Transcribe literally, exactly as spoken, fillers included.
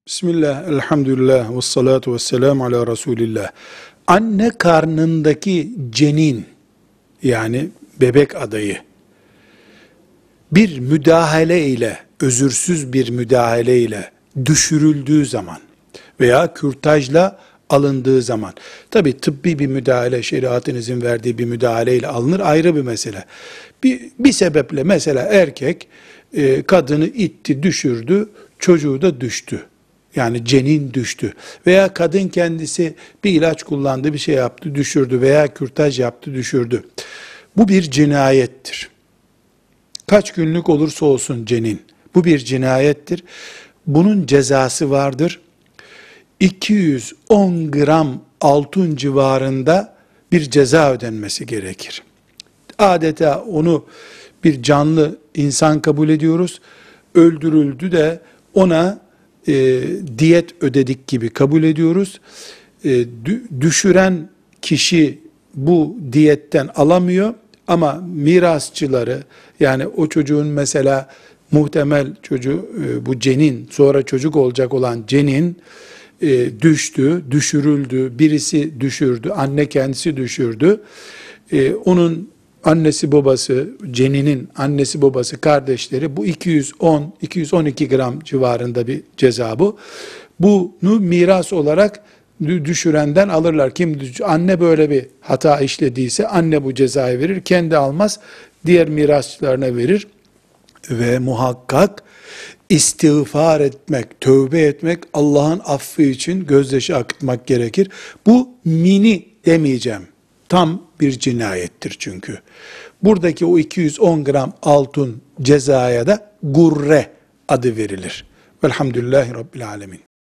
Bismillah, elhamdülillah, ve salatu ve selamu ala Resulillah. Anne karnındaki cenin, yani bebek adayı, bir müdahale ile, özürsüz bir müdahale ile düşürüldüğü zaman veya kürtajla alındığı zaman, tabi tıbbi bir müdahale, şeriatın izin verdiği bir müdahale ile alınır, ayrı bir mesele. Bir, bir sebeple mesela erkek e, kadını itti, düşürdü, çocuğu da düştü. Yani cenin düştü. Veya kadın kendisi bir ilaç kullandı, bir şey yaptı, düşürdü veya kürtaj yaptı, düşürdü. Bu bir cinayettir. Kaç günlük olursa olsun cenin. Bu bir cinayettir. Bunun cezası vardır. iki yüz on gram altın civarında bir ceza ödenmesi gerekir. Adeta onu bir canlı insan kabul ediyoruz. Öldürüldü de ona e, diyet ödedik gibi kabul ediyoruz. E, dü- düşüren kişi bu diyetten alamıyor ama mirasçıları, yani o çocuğun mesela muhtemel çocuğu, e, bu cenin, sonra çocuk olacak olan cenin e, düştü, düşürüldü, birisi düşürdü, anne kendisi düşürdü. E, onun annesi babası, ceninin annesi babası, kardeşleri, bu iki yüz on iki yüz on iki gram civarında bir ceza bu. Bunu miras olarak düşürenden alırlar. Kim anne böyle bir hata işlediyse anne bu cezayı verir, kendi almaz, diğer mirasçılarına verir. Ve muhakkak istiğfar etmek, tövbe etmek, Allah'ın affı için gözyaşı akıtmak gerekir. Bu mini demeyeceğim. Tam bir cinayettir çünkü. Buradaki o iki yüz on gram altın cezaya da gurre adı verilir. Velhamdülillahi Rabbil Alemin.